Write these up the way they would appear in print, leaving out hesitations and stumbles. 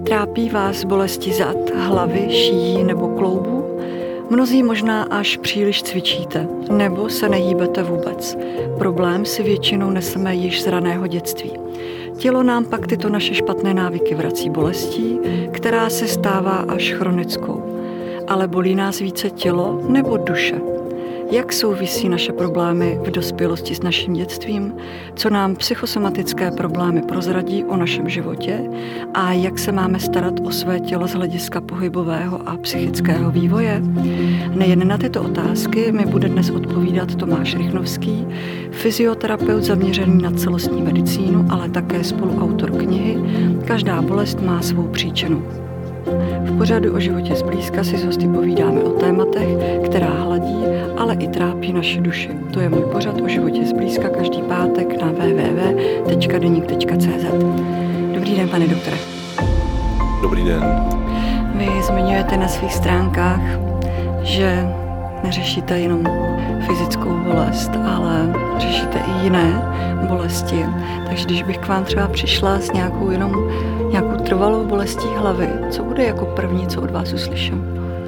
Trápí vás bolesti zad, hlavy, šíjí nebo kloubů? Mnozí možná až příliš cvičíte, nebo se nehýbete vůbec. Problém si většinou neseme již z raného dětství. Tělo nám pak tyto naše špatné návyky vrací bolestí, která se stává až chronickou. Ale bolí nás více tělo nebo duše? Jak souvisí naše problémy v dospělosti s naším dětstvím? Co nám psychosomatické problémy prozradí o našem životě? A jak se máme starat o své tělo z hlediska pohybového a psychického vývoje? Nejen na tyto otázky mi bude dnes odpovídat Tomáš Rychnovský, fyzioterapeut zaměřený na celostní medicínu, ale také spoluautor knihy Každá bolest má svou příčinu. V pořadu O životě zblízka si s hosty povídáme o tématech, která hladí, ale i trápí naši duši. To je můj pořad O životě zblízka každý pátek na www.denik.cz. Dobrý den, pane doktore. Dobrý den. Vy zmiňujete na svých stránkách, že neřešíte jenom fyzickou bolest, ale řešíte i jiné bolesti. Takže když bych k vám třeba přišla s nějakou trvalou bolestí hlavy, co bude jako první, co od vás uslyším?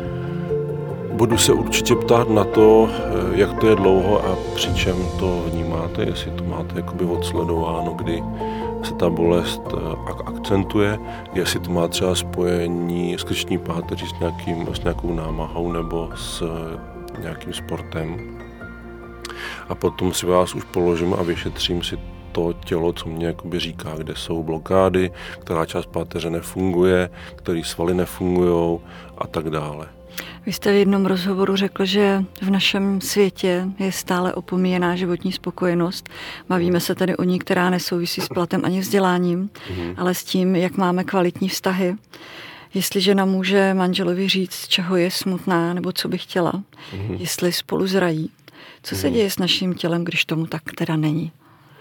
Budu se určitě ptát na to, jak to je dlouho a při čem to vnímáte, jestli to máte jakoby odsledováno, kdy se ta bolest akcentuje, jestli to má třeba spojení s krční páteří s nějakou námahou nebo s nějakým sportem. A potom si vás už položím a vyšetřím si to tělo, co mě jakoby říká, kde jsou blokády, která část páteře nefunguje, které svaly nefungujou a tak dále. Vy jste v jednom rozhovoru řekl, že v našem světě je stále opomíjená životní spokojenost. Bavíme se tady o ní, která nesouvisí s platem ani vzděláním, ale s tím, jak máme kvalitní vztahy. Jestli žena může manželovi říct, z čeho je smutná nebo co by chtěla, jestli spolu zrají. Co se děje s naším tělem, když tomu tak teda není?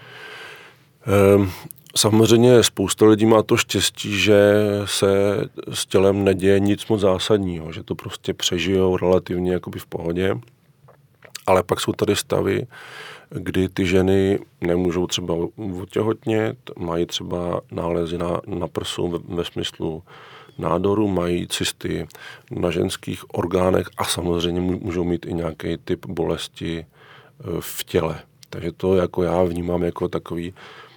Samozřejmě spousta lidí má to štěstí, že se s tělem neděje nic moc zásadního, že to prostě přežijou relativně jakoby v pohodě, ale pak jsou tady stavy, kdy ty ženy nemůžou třeba otěhotnět, mají třeba nálezy na prsu ve smyslu nádoru, mají cysty na ženských orgánech a samozřejmě můžou mít i nějaký typ bolesti v těle. Takže to jako já vnímám jako takový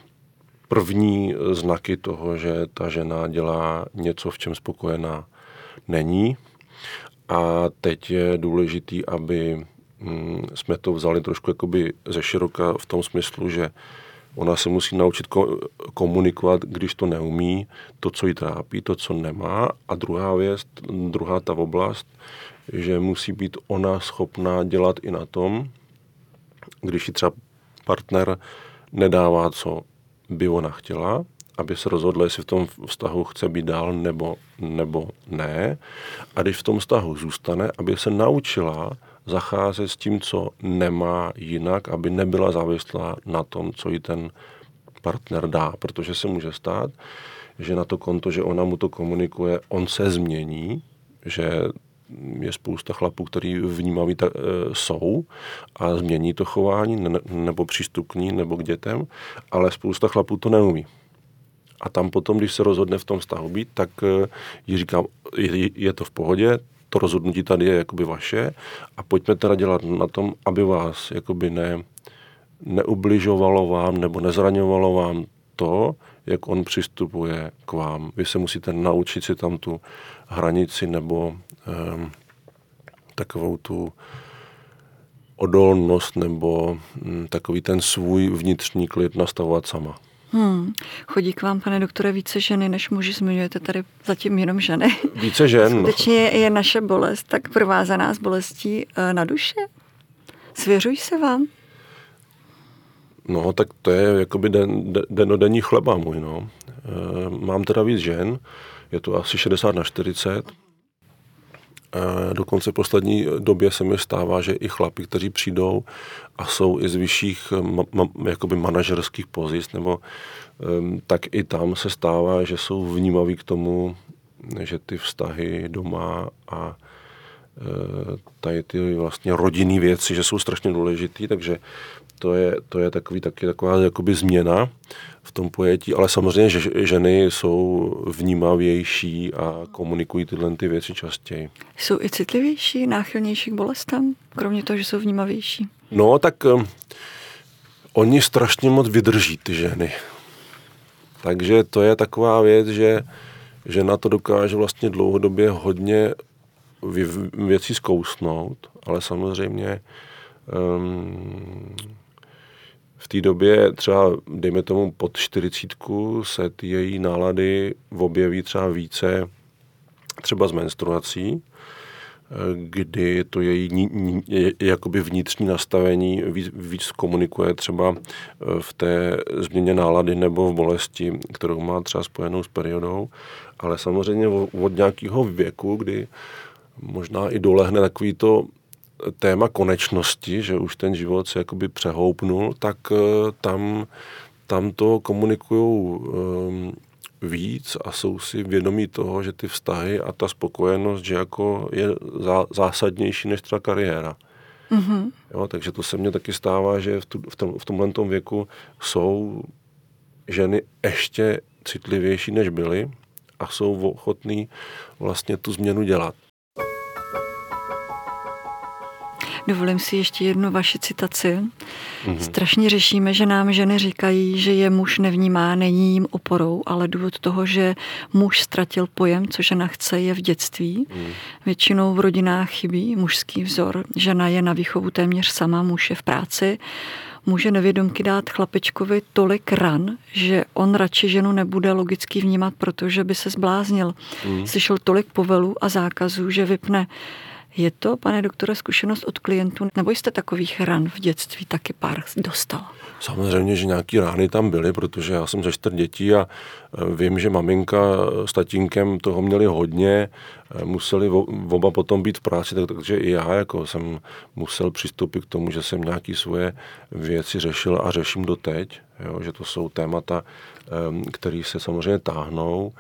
první znaky toho, že ta žena dělá něco, v čem spokojená není. A teď je důležitý, aby jsme to vzali trošku jakoby ze široka v tom smyslu, že ona se musí naučit komunikovat, když to neumí, to, co jí trápí, to, co nemá. A druhá ta oblast, že musí být ona schopná dělat i na tom, když jí třeba partner nedává, co by ona chtěla, aby se rozhodla, jestli v tom vztahu chce být dál nebo ne. A když v tom vztahu zůstane, aby se naučila zacházet s tím, co nemá jinak, aby nebyla závislá na tom, co jí ten partner dá. Protože se může stát, že na to konto, že ona mu to komunikuje, on se změní, že je spousta chlapů, který vnímaví jsou a změní to chování nebo přístup k ní nebo k dětem, ale spousta chlapů to neumí. A tam potom, když se rozhodne v tom vztahu být, tak jí říkám, je to v pohodě, to rozhodnutí tady je jakoby vaše a pojďme teda dělat na tom, aby vás jakoby neubližovalo vám nebo nezraňovalo vám to, jak on přistupuje k vám. Vy se musíte naučit si tam tu hranici nebo takovou tu odolnost nebo takový ten svůj vnitřní klid nastavovat sama. Chodí k vám, pane doktore, více ženy než muži? Zmiňujete tady zatím jenom ženy. Více žen. Skutečně je naše bolest tak provázaná s bolestí na duši? Svěřují se vám? No, tak to je jakoby dennodenní chleba můj, no. Mám teda víc žen, je to asi 60/40. Dokonce v poslední době se mi stává, že i chlapi, kteří přijdou a jsou i z vyšších jakoby manažerských pozic, nebo tak i tam se stává, že jsou vnímaví k tomu, že ty vztahy doma a tady ty vlastně rodinné věci, že jsou strašně důležitý, takže to je taková jakoby změna v tom pojetí, ale samozřejmě, že ženy jsou vnímavější a komunikují tyhle ty věci častěji. Jsou i citlivější, náchylnější k bolestem, kromě toho, že jsou vnímavější? No, tak oni strašně moc vydrží, ty ženy. Takže to je taková věc, že žena to dokáže vlastně dlouhodobě hodně věcí zkousnout, ale samozřejmě v té době třeba, dejme tomu pod 40, se ty její nálady objeví třeba více třeba z menstruací, kdy to její jakoby vnitřní nastavení víc komunikuje třeba v té změně nálady nebo v bolesti, kterou má třeba spojenou s periodou, ale samozřejmě od nějakého věku, kdy možná i dolehne takový to téma konečnosti, že už ten život se jakoby přehoupnul, tak tam to komunikujou víc a jsou si vědomí toho, že ty vztahy a ta spokojenost, že jako je zásadnější než třeba kariéra. Mm-hmm. Jo, takže to se mně taky stává, že v tomhletom věku jsou ženy ještě citlivější, než byly a jsou ochotný vlastně tu změnu dělat. Dovolím si ještě jednu vaši citaci. Strašně řešíme, že nám ženy říkají, že je muž nevnímá, není jim oporou, ale důvod toho, že muž ztratil pojem, co žena chce, je v dětství. Většinou v rodinách chybí mužský vzor. Žena je na výchovu téměř sama, muž je v práci. Může nevědomky dát chlapečkovi tolik ran, že on radši ženu nebude logicky vnímat, protože by se zbláznil. Slyšel tolik povelů a zákazů, že vypne. Je to, pane doktore, zkušenost od klientů, nebo jste takových ran v dětství taky pár dostal? Samozřejmě, že nějaký rány tam byly, protože já jsem ze 4 dětí a vím, že maminka s tatínkem toho měli hodně, museli oba potom být v práci, takže i já jako jsem musel přistoupit k tomu, že jsem nějaké svoje věci řešil a řeším doteď, jo, že to jsou témata, které se samozřejmě táhnou,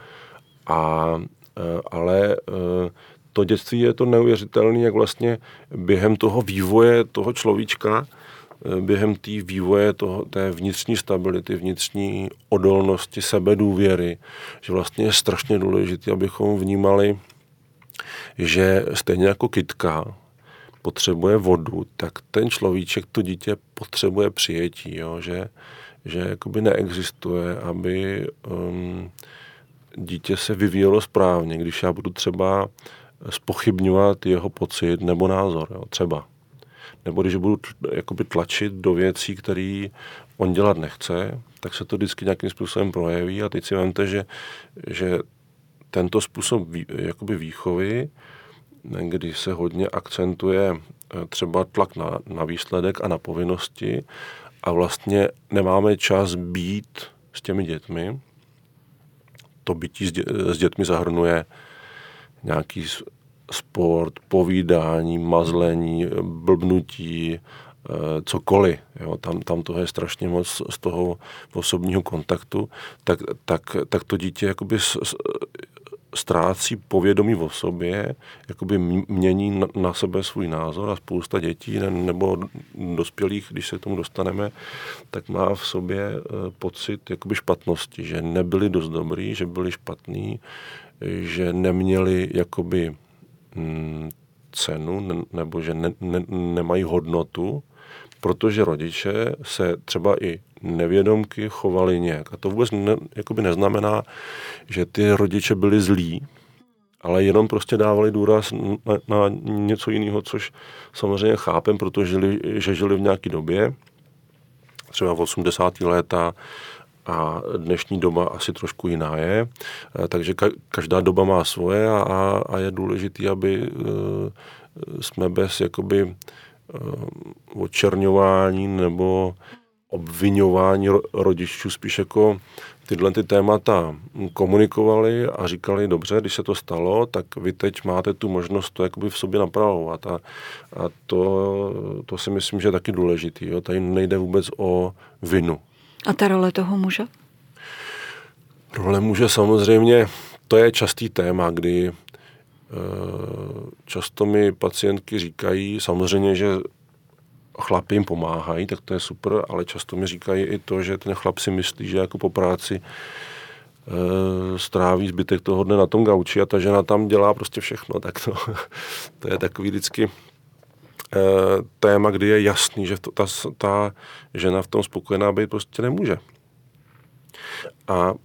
ale to dětství je to neuvěřitelné, jak vlastně během toho vývoje toho človíčka, během té vývoje té vnitřní stability, vnitřní odolnosti, sebedůvěry, že vlastně je strašně důležité, abychom vnímali, že stejně jako kytka potřebuje vodu, tak ten človíček, to dítě potřebuje přijetí, jo? Že jakoby neexistuje, aby dítě se vyvíjelo správně, když já budu třeba zpochybňovat jeho pocit nebo názor, jo, třeba. Nebo když budu jakoby tlačit do věcí, které on dělat nechce, tak se to vždycky nějakým způsobem projeví a teď si vemte, že tento způsob jakoby výchovy, kdy se hodně akcentuje třeba tlak na výsledek a na povinnosti a vlastně nemáme čas být s těmi dětmi. To bytí s dětmi zahrnuje nějaký sport, povídání, mazlení, blbnutí, cokoliv. Jo, tam toho je strašně moc z toho osobního kontaktu, tak to dítě jakoby ztrácí povědomí o sobě, jakoby mění na sebe svůj názor a spousta dětí nebo dospělých, když se k tomu dostaneme, tak má v sobě pocit jakoby špatnosti, že nebyli dost dobrý, že byli špatní, že neměli jakoby cenu nebo že nemají hodnotu, protože rodiče se třeba i nevědomky chovali nějak. A to vůbec jakoby neznamená, že ty rodiče byli zlí, ale jenom prostě dávali důraz na něco jiného, což samozřejmě chápem, protože žili v nějaké době, třeba v 80. léta, a dnešní doba asi trošku jiná je. Takže každá doba má svoje a je důležité, aby jsme bez jakoby odčerňování nebo obviňování rodičů spíš jako tyhle ty témata komunikovali a říkali, dobře, když se to stalo, tak vy teď máte tu možnost to jakoby v sobě napravovat. A to si myslím, že je taky důležitý. Jo? Tady nejde vůbec o vinu. A ta role toho muže? Role muže samozřejmě, to je častý téma, kdy často mi pacientky říkají, samozřejmě, že chlapi jim pomáhají, tak to je super, ale často mi říkají i to, že ten chlap si myslí, že jako po práci stráví zbytek toho dne na tom gauči a ta žena tam dělá prostě všechno, tak to je takový vždycky téma, kdy je jasný, že ta žena v tom spokojená být prostě nemůže. A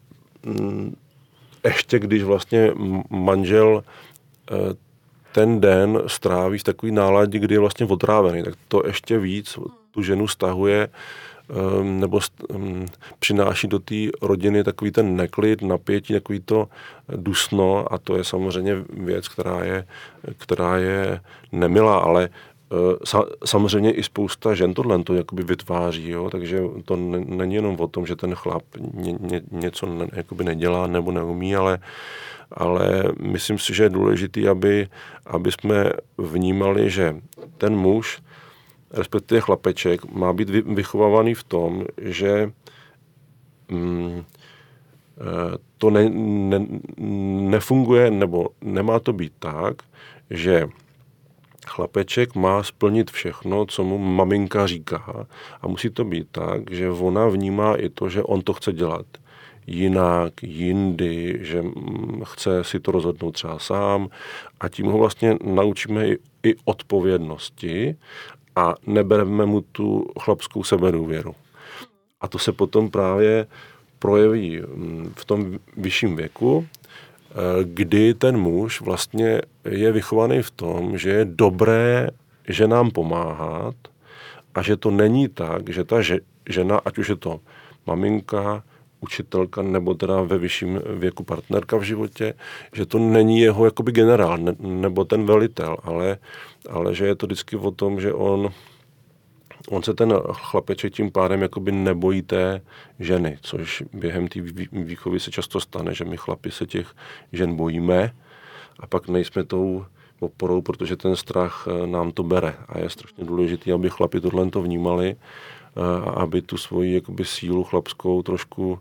ještě když vlastně manžel ten den stráví v takový náladě, kdy je vlastně otrávený, tak to ještě víc tu ženu stahuje nebo přináší do té rodiny takový ten neklid, napětí, takový to dusno a to je samozřejmě věc, která je nemilá, ale samozřejmě i spousta žen tohle to jakoby vytváří, jo? Takže to není jenom o tom, že ten chlap něco jakoby nedělá nebo neumí, ale myslím si, že je důležitý, aby jsme vnímali, že ten muž, respektive chlapeček, má být vychovávaný v tom, že to nefunguje, nebo nemá to být tak, že chlapeček má splnit všechno, co mu maminka říká a musí to být tak, že ona vnímá i to, že on to chce dělat jinak, jindy, že chce si to rozhodnout třeba sám a tím ho vlastně naučíme i odpovědnosti a nebereme mu tu chlapskou sebedůvěru. A to se potom právě projeví v tom vyšším věku, kdy ten muž vlastně je vychovaný v tom, že je dobré ženám pomáhat a že to není tak, že ta žena, ať už je to maminka, učitelka nebo teda ve vyšším věku partnerka v životě, že to není jeho jakoby generál nebo ten velitel, ale že je to vždycky o tom, že on se ten chlapeček tím pádem jakoby nebojí té ženy, což během té výchovy se často stane, že my chlapi se těch žen bojíme a pak nejsme tou oporou, protože ten strach nám to bere a je strašně důležité, aby chlapi tohle to vnímali, aby tu svoji jakoby sílu chlapskou trošku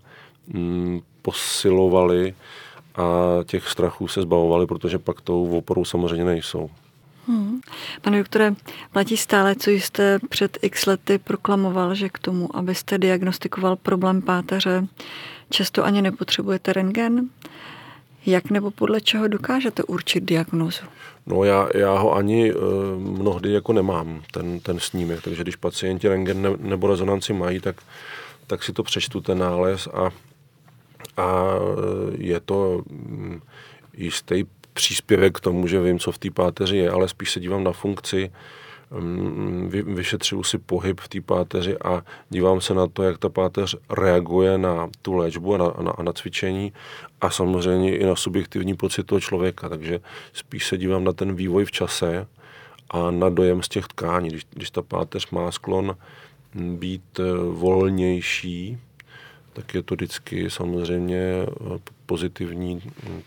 posilovali a těch strachů se zbavovali, protože pak tou oporou samozřejmě nejsou. Pane doktore, platí stále, co jste před x lety proklamoval, že k tomu, abyste diagnostikoval problém páteře, často ani nepotřebujete rentgen? Jak nebo podle čeho dokážete určit diagnózu? No já ho ani mnohdy jako nemám, ten snímek, takže když pacienti rentgen nebo rezonanci mají, tak si to přečtu ten nález a je to jistý příspěvek k tomu, že vím, co v té páteři je, ale spíš se dívám na funkci, vyšetřuju si pohyb v té páteři a dívám se na to, jak ta páteř reaguje na tu léčbu a na cvičení a samozřejmě i na subjektivní pocit toho člověka, takže spíš se dívám na ten vývoj v čase a na dojem z těch tkání. Když ta páteř má sklon být volnější, tak je to vždycky samozřejmě pozitivní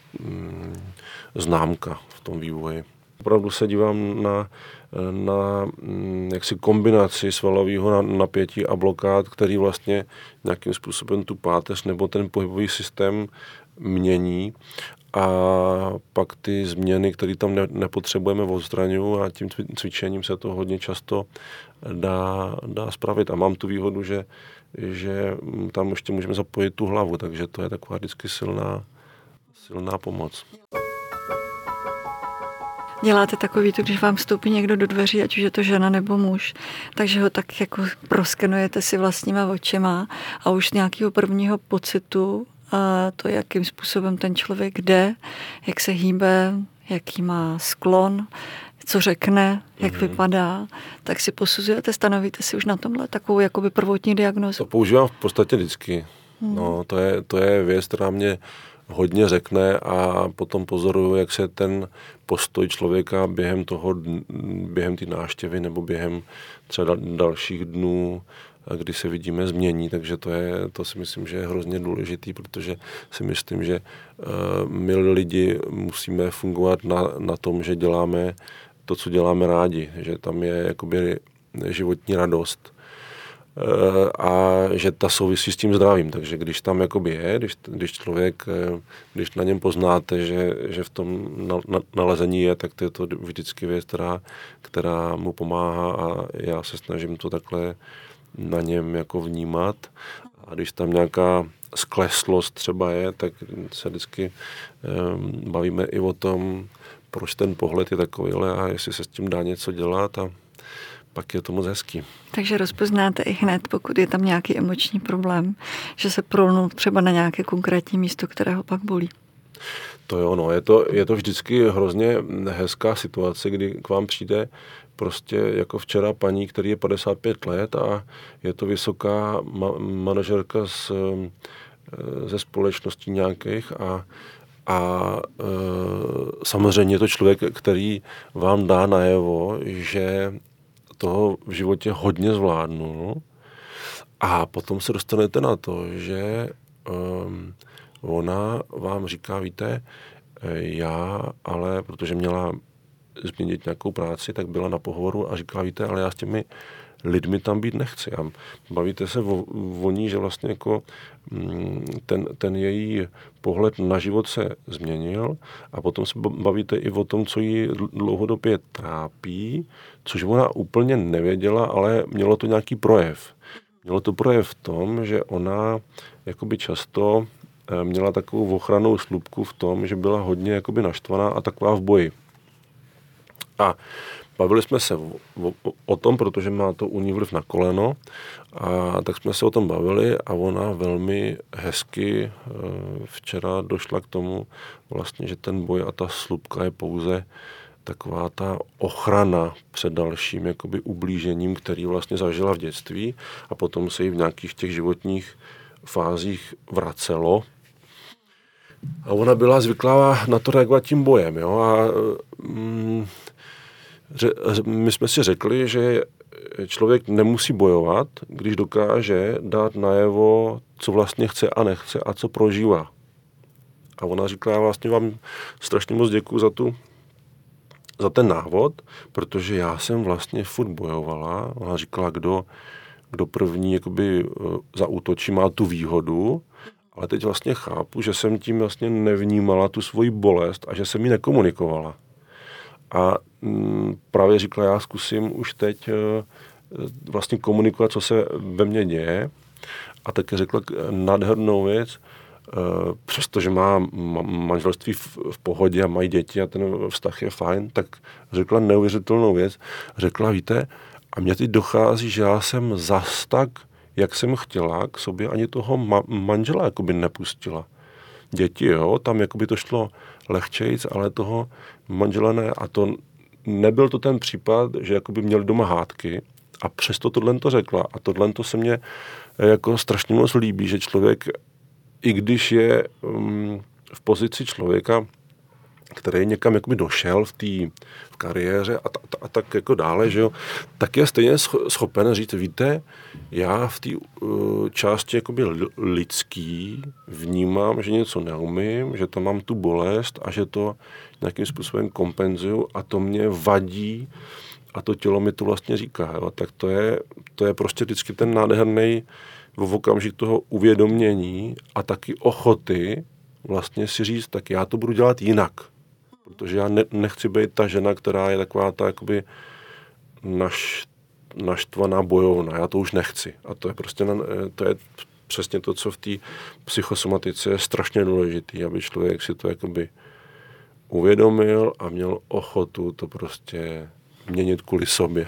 známka v tom vývoji. Opravdu se dívám na jaksi kombinaci svalového napětí a blokád, který vlastně nějakým způsobem tu páteř nebo ten pohybový systém mění a pak ty změny, které tam nepotřebujeme, odstraňují a tím cvičením se to hodně často dá spravit. A mám tu výhodu, že tam ještě můžeme zapojit tu hlavu, takže to je taková vždycky silná pomoc. Děláte takový to, když vám vstoupí někdo do dveří, ať už je to žena nebo muž, takže ho tak jako proskenujete si vlastníma očima a už z nějakého prvního pocitu a to, jakým způsobem ten člověk jde, jak se hýbe, jaký má sklon, co řekne, jak vypadá, tak si posuzujete, stanovíte si už na tomhle takovou jakoby prvotní diagnózu. To používám v podstatě vždycky. No, to je věc, která mě hodně řekne a potom pozoruju, jak se ten postoj člověka během té návštěvy nebo během třeba dalších dnů, kdy se vidíme, změní, takže to si myslím, že je hrozně důležitý, protože si myslím, že my lidi musíme fungovat na tom, že děláme to, co děláme rádi, že tam je jakoby životní radost. a že ta souvisí s tím zdravím. Takže když tam jakoby je, když člověk, když na něm poznáte, že v tom nalezení je, tak to je to vždycky věc, která mu pomáhá a já se snažím to takhle na něm jako vnímat. A když tam nějaká skleslost třeba je, tak se vždycky bavíme i o tom, proč ten pohled je takovýhle a jestli se s tím dá něco dělat a pak je to moc hezký. Takže rozpoznáte i hned, pokud je tam nějaký emoční problém, že se prolnul třeba na nějaké konkrétní místo, které ho pak bolí. To jo, no, je to vždycky hrozně hezká situace, kdy k vám přijde prostě jako včera paní, který je 55 let a je to vysoká manažerka ze společností nějakých a samozřejmě je to člověk, který vám dá najevo, že toho v životě hodně zvládnul a potom se dostanete na to, že ona vám říká, víte, já ale, protože měla změnit nějakou práci, tak byla na pohovoru a říkala, víte, ale já s těmi lidmi tam být nechci. A bavíte se o ní, že vlastně jako ten její pohled na život se změnil a potom se bavíte i o tom, co jí dlouhodobě trápí, což ona úplně nevěděla, ale mělo to nějaký projev. Mělo to projev v tom, že ona jakoby často měla takovou ochrannou slupku v tom, že byla hodně jakoby naštvaná a taková v boji. A bavili jsme se o tom, protože má to u ní vliv na koleno, a tak jsme se o tom bavili a ona velmi hezky včera došla k tomu, vlastně, že ten boj a ta slupka je pouze taková ta ochrana před dalším jakoby ublížením, který vlastně zažila v dětství a potom se jí v nějakých těch životních fázích vracelo. A ona byla zvyklá na to reagovat tím bojem. Jo? A my jsme si řekli, že člověk nemusí bojovat, když dokáže dát najevo, co vlastně chce a nechce a co prožívá. A ona říkala, já vlastně vám strašně moc děkuju za ten návod, protože já jsem vlastně furt bojovala. Ona říkala, kdo první jakoby zaútočí, má tu výhodu, ale teď vlastně chápu, že jsem tím vlastně nevnímala tu svoji bolest a že jsem ji nekomunikovala. A právě říkala, já zkusím už teď vlastně komunikovat, co se ve mně děje. A také řekla nádhernou věc, přestože má manželství v pohodě a mají děti a ten vztah je fajn, tak řekla neuvěřitelnou věc. Řekla, víte, a mně teď dochází, že já jsem zas tak, jak jsem chtěla, k sobě ani toho manžela jakoby nepustila. Děti, jo, tam jakoby to šlo lehčejc, ale toho manžela ne. A to nebyl to ten případ, že jakoby měli doma hádky a přesto tohle to řekla. A tohle to se mně jako strašně moc líbí, že člověk, i když je v pozici člověka, který někam jakoby došel v kariéře a tak jako dále, že jo, tak je stejně schopen říct, víte, já v té části jakoby lidský vnímám, že něco neumím, že tam mám tu bolest a že to nějakým způsobem kompenzuju a to mě vadí a to tělo mi to vlastně říká. Jo. Tak to je prostě vždycky ten nádherný okamžik toho uvědomění a taky ochoty vlastně si říct, tak já to budu dělat jinak. Protože já nechci být ta žena, která je taková ta jakoby naštvaná bojovna. Já to už nechci. A to je prostě to je přesně to, co v té psychosomatice je strašně důležitý, aby člověk si to jakoby uvědomil a měl ochotu to prostě měnit kvůli sobě.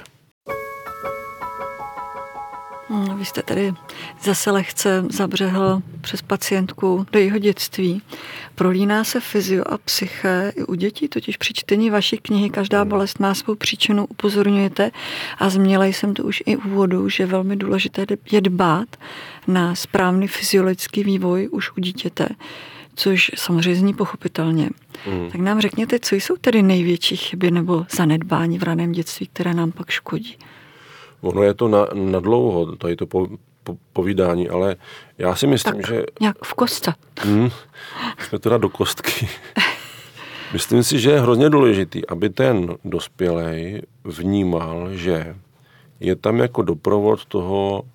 Vy jste tady zase lehce zabřehl přes pacientku do jeho dětství. Prolíná se fyzio a psyché i u dětí, totiž při čtení vaší knihy Každá bolest má svou příčinu, upozorňujete a zmínila jsem to už i úvodu, že velmi důležité je dbát na správný fyziologický vývoj už u dítěte, což samozřejmě zní pochopitelně. Tak nám řekněte, co jsou tedy největší chyby nebo zanedbání v raném dětství, které nám pak škodí? Ono je to na dlouho, to je to povídání, ale já si myslím, tak, že... nějak v kostce. Jsme teda do kostky. Myslím si, že je hrozně důležitý, aby ten dospělej vnímal, že je tam jako doprovod toho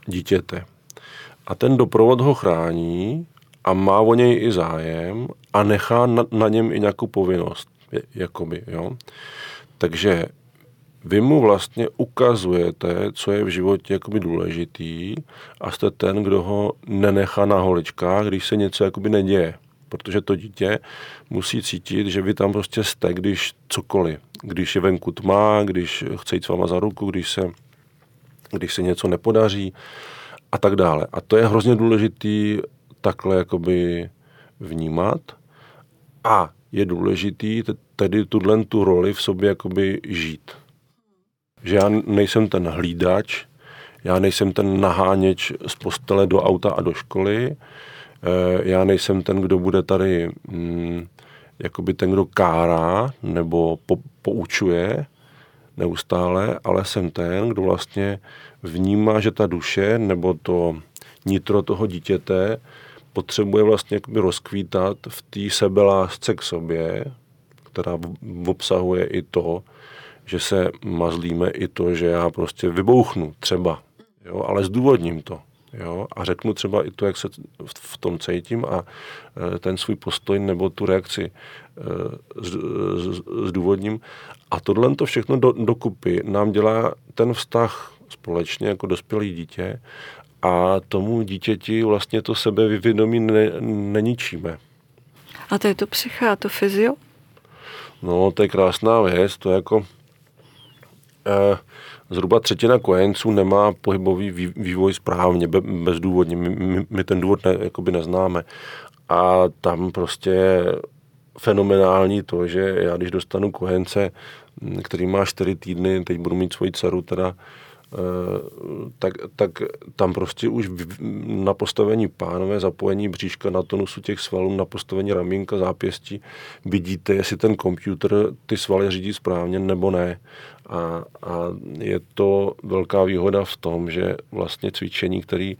dítěte. A ten doprovod ho chrání a má o něj i zájem a nechá na něm i nějakou povinnost. Jakoby, jo. Takže vy mu vlastně ukazujete, co je v životě jakoby důležitý a jste ten, kdo ho nenechá na holičkách, když se něco jakoby neděje. Protože to dítě musí cítit, že vy tam prostě jste, když cokoliv. Když je venku tma, když chce jít s váma za ruku, když se něco nepodaří a tak dále. A to je hrozně důležitý takhle jakoby vnímat a je důležitý tedy tu roli v sobě jakoby žít. Že já nejsem ten hlídač, já nejsem ten naháněč z postele do auta a do školy, já nejsem ten, kdo bude tady jakoby ten, kdo kárá nebo poučuje neustále, ale jsem ten, kdo vlastně vnímá, že ta duše nebo to nitro toho dítěte potřebuje vlastně jakoby rozkvítat v té sebelásce k sobě, která obsahuje i to, že se mazlíme i to, že já prostě vybouchnu třeba, jo, ale zdůvodním to. Jo, a řeknu třeba i to, jak se v tom cítím a ten svůj postoj nebo tu reakci zdůvodním. A tohle to všechno dokupy nám dělá ten vztah společně jako dospělý dítě a tomu dítěti vlastně to sebevědomí neničíme. A to je to psyché a to fyzio? No, to je krásná věc, to je jako... Zhruba 1/3 kojenců nemá pohybový vývoj správně, bezdůvodně. My ten důvod jakoby neznáme. A tam prostě je fenomenální to, že já když dostanu kojence, který má 4 týdny, teď budu mít svoji dceru teda, tak tam prostě už na postavení pánové, zapojení bříška na tonusu těch svalů, na postavení ramínka, zápěstí, vidíte, jestli ten počítač ty svaly řídí správně nebo ne. A je to velká výhoda v tom, že vlastně cvičení, který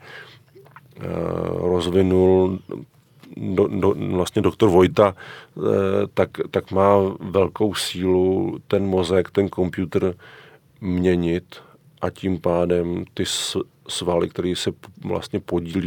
rozvinul vlastně doktor Vojta, tak má velkou sílu ten mozek, ten počítač měnit a tím pádem ty svaly, které se vlastně podílí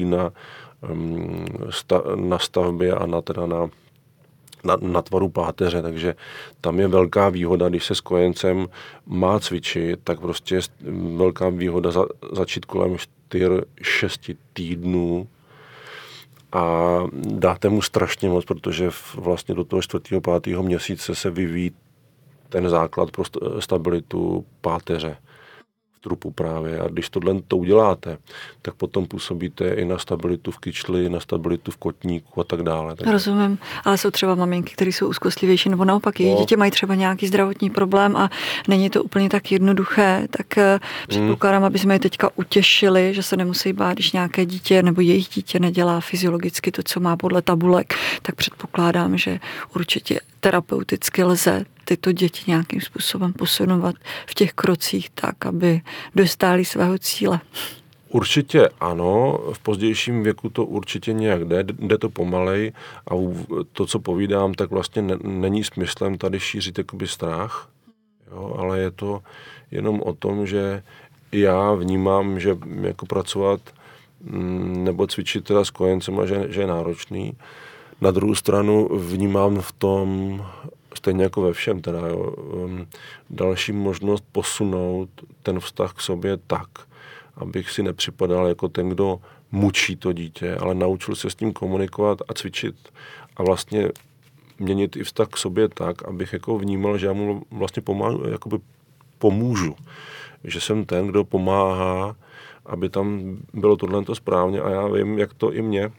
na stavbě a na tvaru páteře, takže tam je velká výhoda, když se s kojencem má cvičit, tak prostě je velká výhoda začít kolem 4-6 týdnů a dáte mu strašně moc, protože vlastně do toho 4. 5. měsíce se vyvíjí ten základ pro stabilitu páteře v trupu právě. A když tohle to uděláte, tak potom působíte i na stabilitu v kyčli, na stabilitu v kotníku a tak dále. Rozumím, ale jsou třeba maminky, které jsou úzkostlivější, nebo naopak jejich dítě mají třeba nějaký zdravotní problém a není to úplně tak jednoduché, tak předpokládám, aby jsme je teďka utěšili, že se nemusí bát, když nějaké dítě nebo jejich dítě nedělá fyziologicky to, co má podle tabulek, tak předpokládám, že určitě terapeuticky lze tyto děti nějakým způsobem posunovat v těch krocích tak, aby dostály svého cíle. Určitě ano, v pozdějším věku to určitě nějak jde to pomalej a to, co povídám, tak vlastně není smyslem tady šířit jakoby strach, jo, ale je to jenom o tom, že já vnímám, že jako pracovat nebo cvičit teda s kojencema, že je náročný. Na druhou stranu vnímám v tom, stejně jako ve všem, teda, jo, další možnost posunout ten vztah k sobě tak, abych si nepřipadal jako ten, kdo mučí to dítě, ale naučil se s ním komunikovat a cvičit a vlastně měnit i vztah k sobě tak, abych jako vnímal, že já mu vlastně pomůžu. Že jsem ten, kdo pomáhá, aby tam bylo tohle správně a já vím, jak to i mě.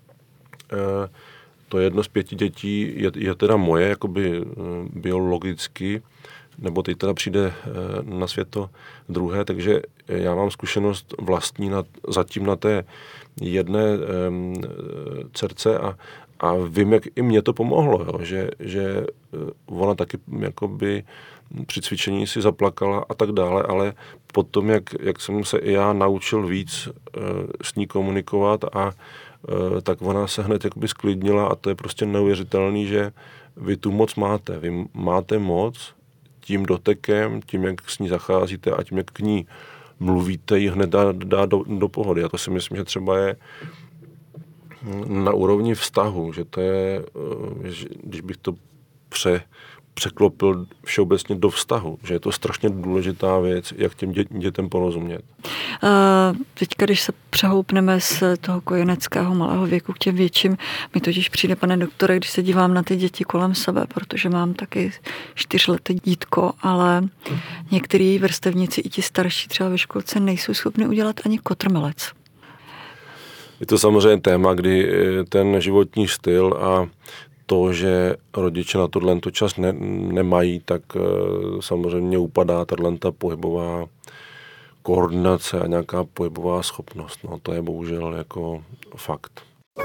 To 1 z 5 dětí je teda moje, jakoby biologicky, nebo teď teda přijde na svět to druhé, takže já mám zkušenost vlastní zatím na té jedné dcerce a vím, jak i mě to pomohlo, jo, že ona taky jakoby při cvičení si zaplakala a tak dále, ale potom, jak jsem se i já naučil víc s ní komunikovat tak ona se hned jakoby sklidnila a to je prostě neuvěřitelný, že vy tu moc máte. Vy máte moc tím dotekem, tím, jak s ní zacházíte a tím, jak k ní mluvíte, ji hned dá do pohody. A to si myslím, že třeba je na úrovni vztahu, že to je, když bych to překlopil všeobecně do vztahu, že je to strašně důležitá věc, jak těm dětem porozumět. Teďka, když se přehoupneme z toho kojeneckého malého věku k těm větším, mi totiž přijde, pane doktore, když se dívám na ty děti kolem sebe, protože mám taky 4leté dítko, ale některý vrstevníci, i ti starší třeba ve školce, nejsou schopni udělat ani kotrmelec. Je to samozřejmě téma, kdy ten životní styl a to, že rodiče na tohle čas nemají, tak samozřejmě upadá tato pohybová koordinace a nějaká pohybová schopnost. No, to je bohužel jako fakt.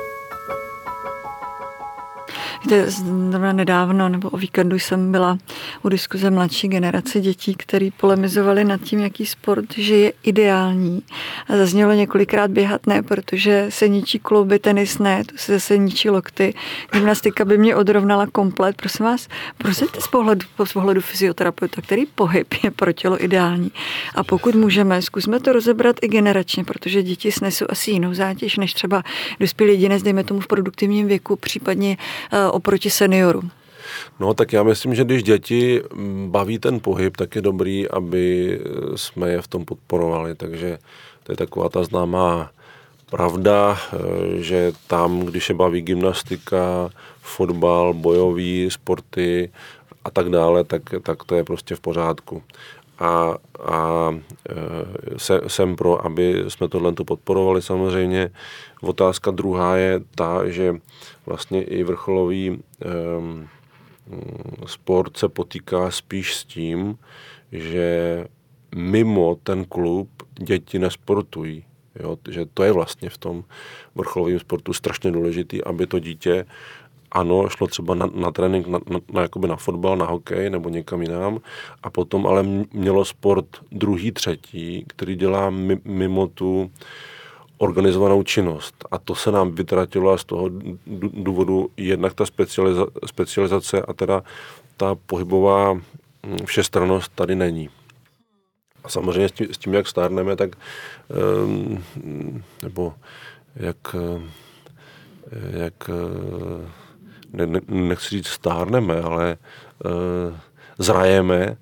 Víte, nedávno nebo o víkendu jsem byla u diskuze mladší generace dětí, který polemizovali nad tím, jaký sport, že je ideální. A zaznělo několikrát běhat ne, protože se ničí klouby, tenis ne, to se zase ničí lokty. Gymnastika by mě odrovnala komplet. Prosím vás, prosíte z pohledu fyzioterapeuta, který pohyb je pro tělo ideální. A pokud můžeme, zkusme to rozebrat i generačně, protože děti snesou asi jinou zátěž, než třeba dospělí jedinec, dejme tomu v produktivním věku, případně oproti seniorům. No tak já myslím, že když děti baví ten pohyb, tak je dobrý, aby jsme je v tom podporovali. Takže to je taková ta známá pravda, že tam, když je baví gymnastika, fotbal, bojový sporty a tak dále, tak to je prostě v pořádku. A jsem pro, aby jsme tohle podporovali samozřejmě. Otázka druhá je ta, že vlastně i vrcholový sport se potýká spíš s tím, že mimo ten klub děti nesportují. Jo? Že to je vlastně v tom vrcholovém sportu strašně důležitý, aby to dítě ano, šlo třeba na trénink, jakoby na fotbal, na hokej nebo někam jinam a potom ale mělo sport druhý, třetí, který dělá mimo tu organizovanou činnost. A to se nám vytratilo a z toho důvodu jednak ta specializace a teda ta pohybová všestrannost tady není. A samozřejmě s tím jak stárneme, tak nebo jak nechci říct stárneme, ale zrajeme,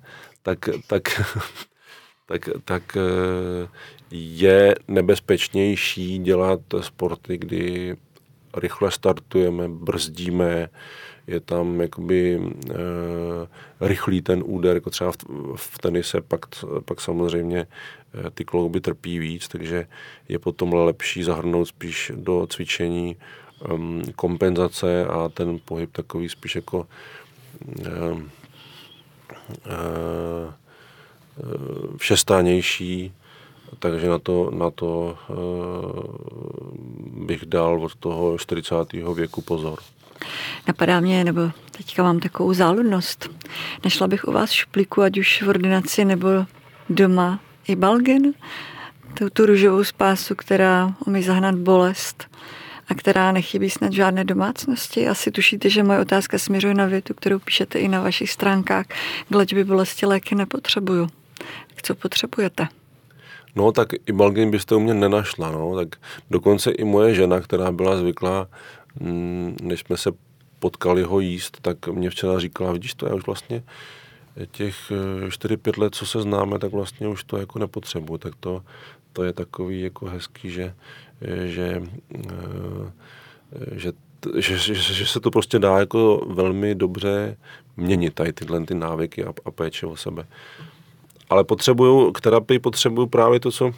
tak je nebezpečnější dělat sporty, kdy rychle startujeme, brzdíme, je tam jakoby rychlý ten úder, jako třeba v tenise, pak samozřejmě ty klouby trpí víc, takže je potom lepší zahrnout spíš do cvičení kompenzace a ten pohyb takový spíš jako všestrannější, takže na to bych dal od toho 40. věku pozor. Napadá mě, nebo teďka mám takovou záludnost. Našla bych u vás v šuplíku, ať už v ordinaci nebo doma, i balgin, tu růžovou spásu, která umí zahnat bolest a která nechybí snad v žádné domácnosti. Asi tušíte, že moje otázka směřuje na větu, kterou píšete i na vašich stránkách. K léčbě bolesti léky nepotřebuju. Tak co potřebujete? No tak i balgin byste u mě nenašla. No. Tak dokonce i moje žena, která byla zvyklá, než jsme se potkali ho jíst, tak mě včera říkala, vidíš to, já už vlastně těch 4-5 let, co se známe, tak vlastně už to jako nepotřebuji. Tak to je takový jako hezký, že se to prostě dá jako velmi dobře měnit tady tyhle ty návyky a péče o sebe. Ale k terapii potřebuju právě to, co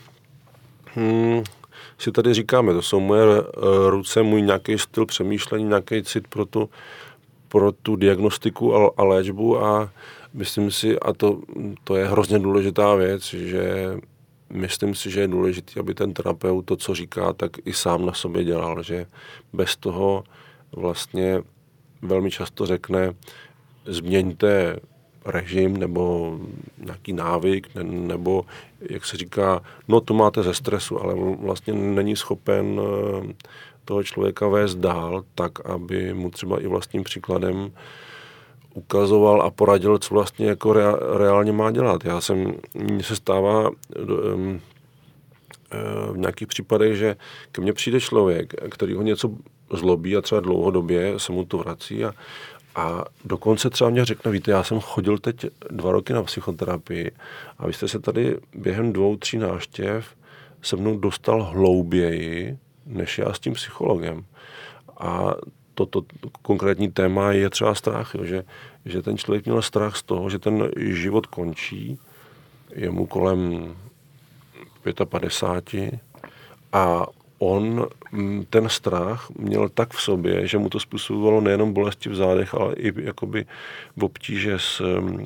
si tady říkáme. To jsou moje ruce, můj nějaký styl přemýšlení, nějaký cit pro tu diagnostiku a léčbu a myslím si, a to je hrozně důležitá věc, že myslím si, že je důležité, aby ten terapeut to, co říká, tak i sám na sobě dělal, že bez toho vlastně velmi často řekne, změňte režim nebo nějaký návyk, nebo jak se říká, no to máte ze stresu, ale vlastně není schopen toho člověka vést dál tak, aby mu třeba i vlastním příkladem ukazoval a poradil, co vlastně jako reálně má dělat. Mně se stává v nějakých případech, že ke mně přijde člověk, který ho něco zlobí a třeba dlouhodobě se mu to vrací a dokonce třeba mě řekne, víte, já jsem chodil teď 2 roky na psychoterapii a vy jste se tady během 2-3 návštěv se mnou dostal hlouběji, než já s tím psychologem. A toto konkrétní téma je třeba strach, jo, že ten člověk měl strach z toho, že ten život končí, je mu kolem 55 a on ten strach měl tak v sobě, že mu to způsobovalo nejenom bolesti v zádech, ale i jakoby obtíže z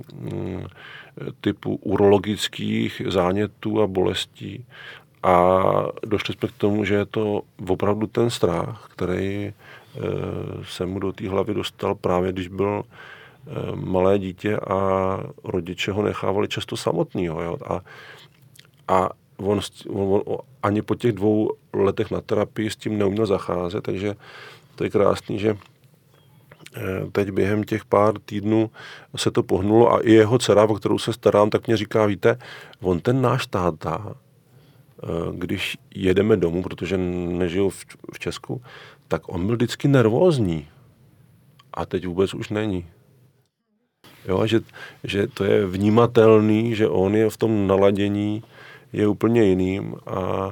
typu urologických zánětů a bolestí. A došli jsme k tomu, že je to opravdu ten strach, který se mu do té hlavy dostal právě, když byl malé dítě a rodiče ho nechávali často samotnýho. Jo? A on ani po těch 2 letech na terapii s tím neuměl zacházet, takže to je krásný, že teď během těch pár týdnů se to pohnulo a i jeho dcera, o kterou se starám, tak mě říká, víte, on ten náš táta, když jedeme domů, protože nežiju v Česku, tak on byl vždycky nervózní a teď vůbec už není. Jo, že to je vnímatelný, že on je v tom naladění je úplně jiným a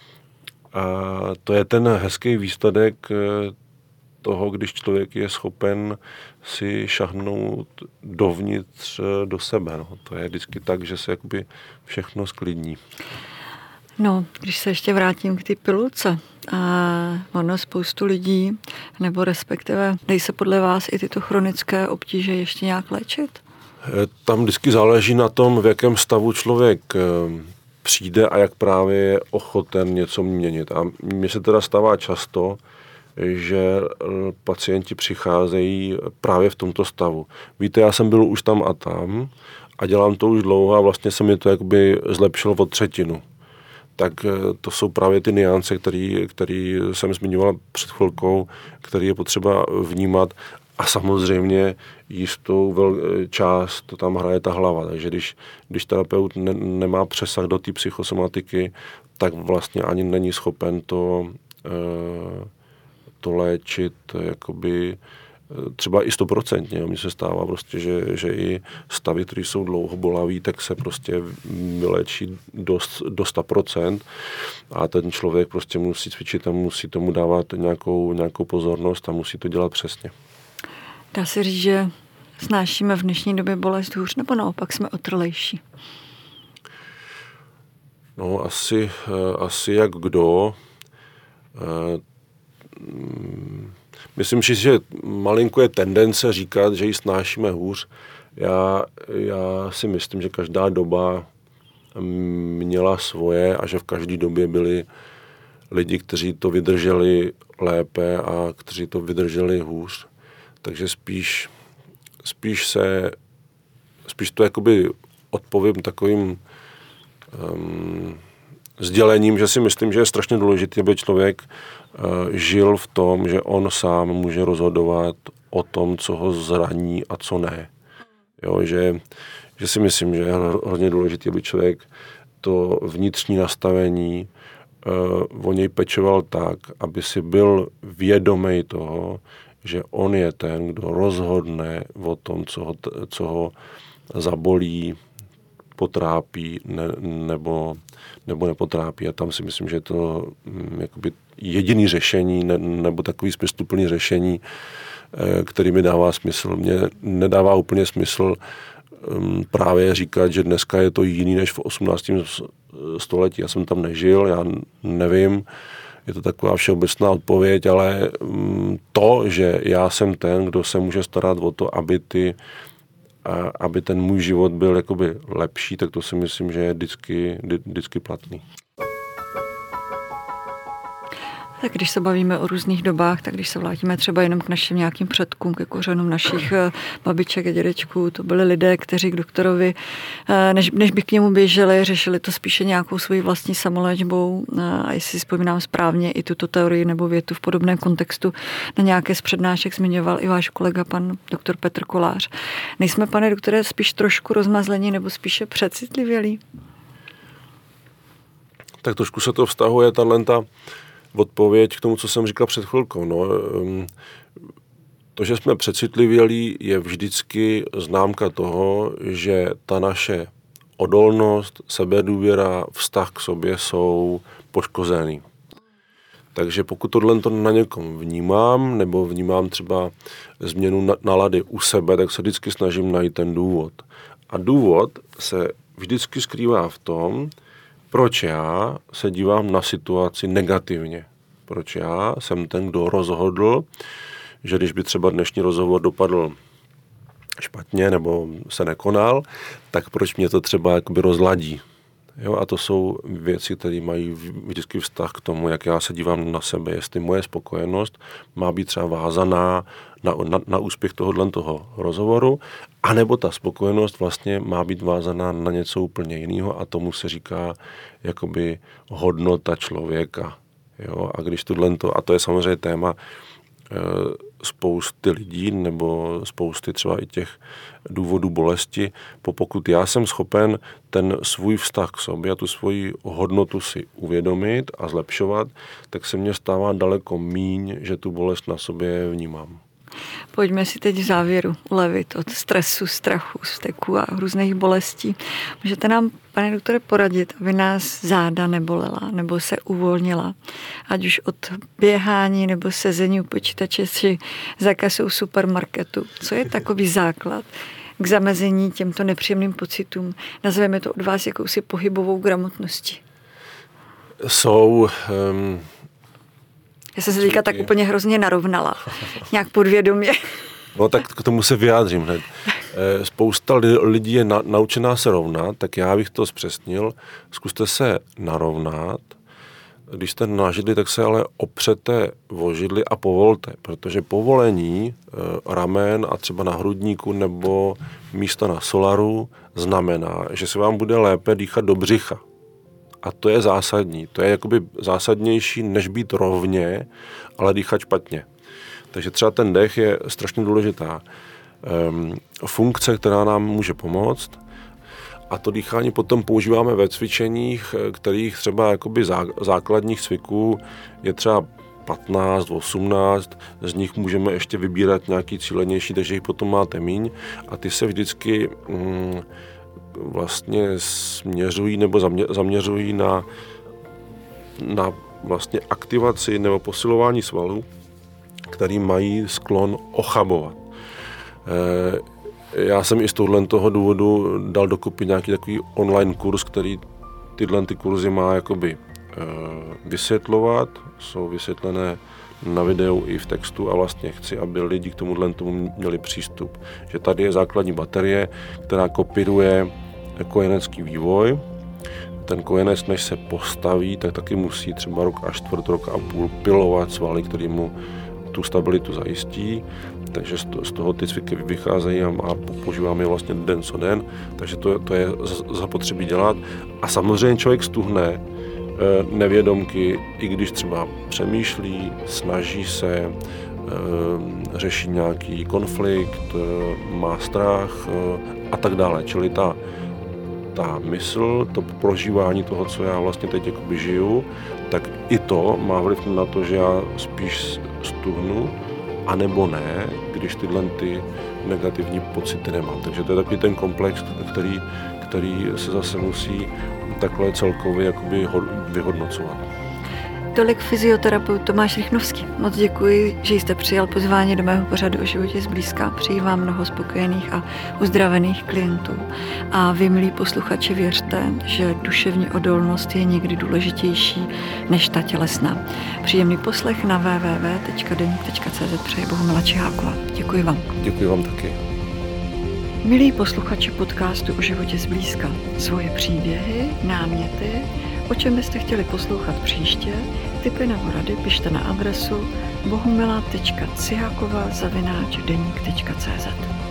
to je ten hezký výsledek toho, když člověk je schopen si šahnout dovnitř do sebe. No. To je vždycky tak, že se jakoby všechno sklidní. No, když se ještě vrátím k té pilulce, ono spoustu lidí, nebo respektive dej se podle vás i tyto chronické obtíže ještě nějak léčit? Tam vždycky záleží na tom, v jakém stavu člověk přijde a jak právě je ochoten něco měnit. A mně se teda stává často, že pacienti přicházejí právě v tomto stavu. Víte, já jsem byl už tam a tam a dělám to už dlouho a vlastně se mi to jakoby zlepšilo o 1/3. Tak to jsou právě ty nuance, který jsem zmiňoval před chvilkou, který je potřeba vnímat a samozřejmě jistou část to tam hraje ta hlava. Takže když terapeut nemá přesah do té psychosomatiky, tak vlastně ani není schopen to léčit jakoby třeba i 100%. Mně se stává prostě, že i stavy, které jsou dlouho bolaví, tak se prostě vyléčí do 100% a ten člověk prostě musí cvičit a musí tomu dávat nějakou pozornost a musí to dělat přesně. Dá se říct, že snášíme v dnešní době bolest hůř, nebo naopak jsme otrlejší? No asi jak kdo. Myslím si, že malinko je tendence říkat, že ji snášíme hůř. Já si myslím, že každá doba měla svoje a že v každé době byli lidi, kteří to vydrželi lépe a kteří to vydrželi hůř. Takže spíš to jakoby odpovím takovým sdělením, že si myslím, že je strašně důležité, aby člověk žil v tom, že on sám může rozhodovat o tom, co ho zraní a co ne. Jo, že si myslím, že je hrozně důležité, aby člověk to vnitřní nastavení o něj pečoval tak, aby si byl vědomý toho, že on je ten, kdo rozhodne o tom, co ho zabolí, potrápí nebo nepotrápí. A tam si myslím, že je to jakoby jediný řešení nebo takový smysluplný řešení, který mi dává smysl. Mně nedává úplně smysl právě říkat, že dneska je to jiný než v 18. století. Já jsem tam nežil, já nevím, je to taková všeobecná odpověď, ale to, že já jsem ten, kdo se může starat o to, aby ten můj život byl jakoby lepší, tak to si myslím, že je vždycky platný. Tak když se bavíme o různých dobách, tak když se vrátíme třeba jenom k našim nějakým předkům, ke kořenům našich babiček a dědečků, to byli lidé, kteří k doktorovi, než by k němu běželi, řešili to spíše nějakou svoji vlastní samoléčbou. A jestli si vzpomínám správně, i tuto teorii nebo větu v podobném kontextu na nějaké z přednášek zmiňoval i váš kolega, pan doktor Petr Kolář. Nejsme, pane doktore, spíš trošku rozmazlení nebo spíše přecitlivělí? Tak trošku se to vztahuje, tato odpověď k tomu, co jsem říkal před chvilkou. No, to, že jsme přecitlivělí, je vždycky známka toho, že ta naše odolnost, sebedůvěra, vztah k sobě jsou poškozený. Takže pokud tohle na někom vnímám, nebo vnímám třeba změnu nálady u sebe, tak se vždycky snažím najít ten důvod. A důvod se vždycky skrývá v tom, proč já se dívám na situaci negativně. Proč já jsem ten, kdo rozhodl, že když by třeba dnešní rozhovor dopadl špatně nebo se nekonal, tak proč mě to třeba jakoby rozladí. Jo, a to jsou věci, které mají vždycky vztah k tomu, jak já se dívám na sebe. Jestli moje spokojenost má být třeba vázaná na úspěch toho rozhovoru, anebo ta spokojenost vlastně má být vázaná na něco úplně jiného a tomu se říká jakoby hodnota člověka. Jo, a když a to je samozřejmě téma spousty lidí nebo spousty třeba i těch důvodů bolesti. Pokud já jsem schopen ten svůj vztah k sobě a tu svoji hodnotu si uvědomit a zlepšovat, tak se mně stává daleko míň, že tu bolest na sobě vnímám. Pojďme si teď v závěru ulevit od stresu, strachu, vzteku a různých bolestí. Můžete nám, pane doktore, poradit, aby nás záda nebolela nebo se uvolnila, ať už od běhání nebo sezení u počítače či za kasou supermarketu. Co je takový základ k zamezení těmto nepříjemným pocitům? Nazveme to od vás jakousi pohybovou gramotností. Já jsem se teďka tak úplně hrozně narovnala. Nějak podvědomě. No tak k tomu se vyjádřím hned. Spousta lidí je naučená se rovnat, tak já bych to zpřesnil. Zkuste se narovnat. Když jste na židli, tak se ale opřete o židli a povolte, protože povolení ramen a třeba na hrudníku nebo místo na solaru znamená, že se vám bude lépe dýchat do břicha. A to je zásadní. To je jakoby zásadnější, než být rovně, ale dýchat špatně. Takže třeba ten dech je strašně důležitá funkce, která nám může pomoct. A to dýchání potom používáme ve cvičeních, kterých třeba jakoby základních cviků je třeba 15, 18, z nich můžeme ještě vybírat nějaký cílenější, takže jich potom máte míň. A ty se vždycky vlastně směřují nebo zaměřují na vlastně aktivaci nebo posilování svalů, který mají sklon ochabovat. Já jsem i z toho důvodu dal dokupy nějaký takový online kurz, který tyhle kurzy má jakoby vysvětlovat, jsou vysvětlené na videu i v textu a vlastně chci, aby lidi k tomu měli přístup. Že tady je základní baterie, která kopíruje kojenecký vývoj. Ten kojenec, než se postaví, tak taky musí třeba rok až čtvrt rok a půl pilovat svaly, který mu tu stabilitu zajistí. Takže z toho ty cviky vycházejí a používáme je vlastně den co den. Takže to je zapotřebí dělat. A samozřejmě člověk stuhne nevědomky, i když třeba přemýšlí, snaží se, řeší nějaký konflikt, má strach a tak dále. Čili ta mysl, to prožívání toho, co já vlastně teď jakoby žiju, tak i to má vliv na to, že já spíš stuhnu, anebo ne, když tyhle ty negativní pocity nemám. Takže to je takový ten komplex, který se zase musí takhle celkově jakoby vyhodnocovat. Tolik fyzioterapeut Tomáš Rychnovský. Moc děkuji, že jste přijal pozvání do mého pořadu O životě zblízka. Přeji vám mnoho spokojených a uzdravených klientů. A vy, milí posluchači, věřte, že duševní odolnost je někdy důležitější než ta tělesná. Příjemný poslech na www.den.cz přeje Bohumila Čiháková. Děkuji vám. Děkuji vám taky. Milí posluchači podcastu O životě zblízka, svoje příběhy, náměty, o čem byste chtěli poslouchat příště, tipy nebo rady pište na adresu bohumila.cihakova@denik.cz.